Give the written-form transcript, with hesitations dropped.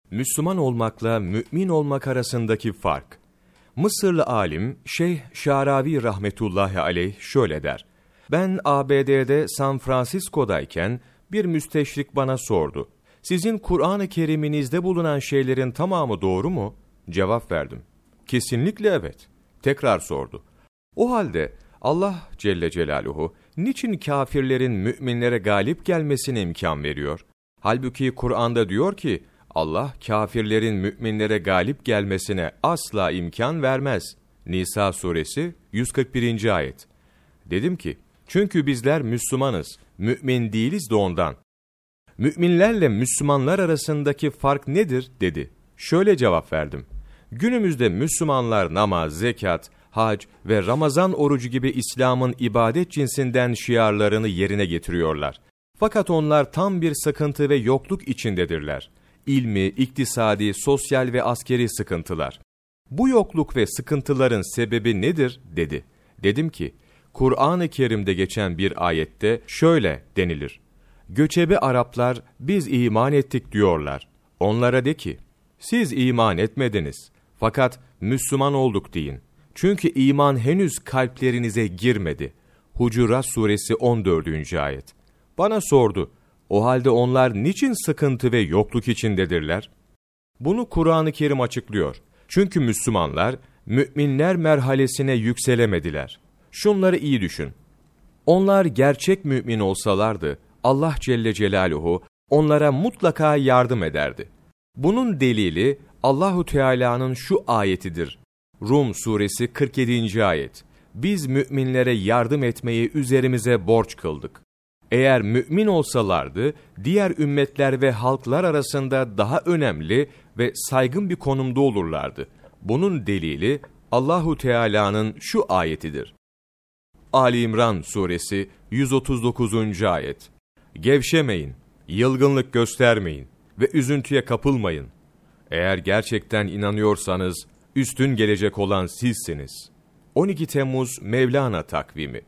Müslüman olmakla mümin olmak arasındaki fark. Mısırlı alim Şeyh Şaravi rahmetullahi aleyh şöyle der. Ben ABD'de San Francisco'dayken bir müsteşrik bana sordu. Sizin Kur'an-ı Kerim'inizde bulunan şeylerin tamamı doğru mu? Cevap verdim. Kesinlikle evet. Tekrar sordu. O halde Allah Celle Celaluhu niçin kafirlerin müminlere galip gelmesine imkan veriyor? Halbuki Kur'an'da diyor ki, Allah kafirlerin müminlere galip gelmesine asla imkan vermez. Nisa suresi 141. ayet. Dedim ki, çünkü bizler Müslümanız, mümin değiliz de ondan. Müminlerle Müslümanlar arasındaki fark nedir dedi. Şöyle cevap verdim. Günümüzde Müslümanlar namaz, zekat, hac ve Ramazan orucu gibi İslam'ın ibadet cinsinden şiarlarını yerine getiriyorlar. Fakat onlar tam bir sıkıntı ve yokluk içindedirler. İlmi, iktisadi, sosyal ve askeri sıkıntılar. Bu yokluk ve sıkıntıların sebebi nedir dedi. Dedim ki, Kur'an-ı Kerim'de geçen bir ayette şöyle denilir. Göçebe Araplar biz iman ettik diyorlar. Onlara de ki, siz iman etmediniz. Fakat Müslüman olduk deyin. Çünkü iman henüz kalplerinize girmedi. Hucurat suresi 14. ayet. Bana sordu, o halde onlar niçin sıkıntı ve yokluk içindedirler? Bunu Kur'an-ı Kerim açıklıyor. Çünkü Müslümanlar, müminler merhalesine yükselemediler. Şunları iyi düşün. Onlar gerçek mümin olsalardı, Allah Celle Celaluhu onlara mutlaka yardım ederdi. Bunun delili Allahu Teala'nın şu ayetidir. Rum suresi 47. ayet. Biz müminlere yardım etmeyi üzerimize borç kıldık. Eğer mümin olsalardı, diğer ümmetler ve halklar arasında daha önemli ve saygın bir konumda olurlardı. Bunun delili Allahu Teala'nın şu ayetidir. Ali İmran suresi 139. ayet. Gevşemeyin, yılgınlık göstermeyin ve üzüntüye kapılmayın. Eğer gerçekten inanıyorsanız, üstün gelecek olan sizsiniz. 12 Temmuz Mevlana takvimi.